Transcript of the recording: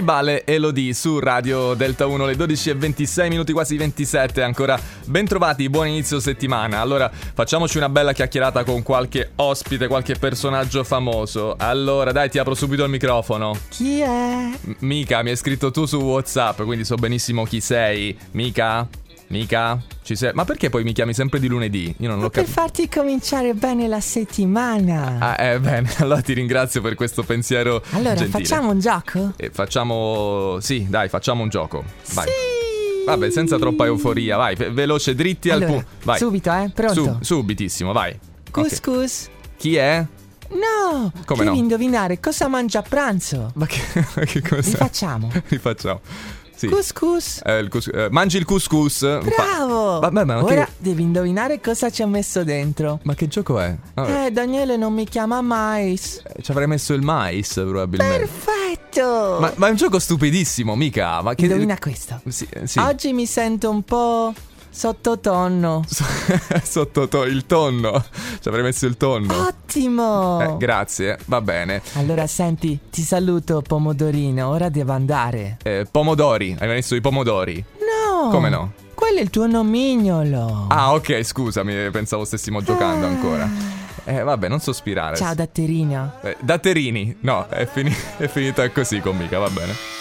Annibale Elodie su Radio Delta 1, le 12:26 minuti, quasi 27. Ancora ben trovati, buon inizio settimana. Allora, facciamoci una bella chiacchierata con qualche ospite, qualche personaggio famoso. Allora, dai, ti apro subito il microfono. Chi è? Mica, mi hai scritto tu su WhatsApp, quindi so benissimo chi sei. Mica? Ci sei? Ma perché poi mi chiami sempre di lunedì? Io non l'ho Per capito. farti cominciare bene la settimana. Bene, allora ti ringrazio per questo pensiero Allora, gentile. facciamo un gioco? Facciamo... Sì, dai, facciamo un gioco. Vai. Sì! Vabbè, senza troppa euforia, vai, veloce, dritti allora, al punto. Vai. Subito, pronto? Subitissimo, vai. Couscous? Okay. Chi è? No! Come devi no? indovinare cosa mangia a pranzo. Ma che cosa? Rifacciamo. Sì. Couscous. Mangi il couscous. Bravo! Vabbè, ma ora devi indovinare cosa ci ha messo dentro. Ma che gioco è? Daniele non mi chiama mais. Ci avrei messo il mais, probabilmente. Perfetto! Ma è un gioco stupidissimo, mica. Ma che... Indovina questo. Sì. Oggi mi sento un po' sottotono. Il tonno. Ci avrei messo il tonno. Ottimo! Grazie, va bene. Allora senti, ti saluto pomodorino, ora devo andare. Pomodori, hai messo i pomodori? No! Come no? Quello è il tuo nomignolo. Ah, ok, scusami, pensavo stessimo giocando ancora. Vabbè, non sospirare. Ciao Datterina. Datterini, no, è finita così con Mica, va bene.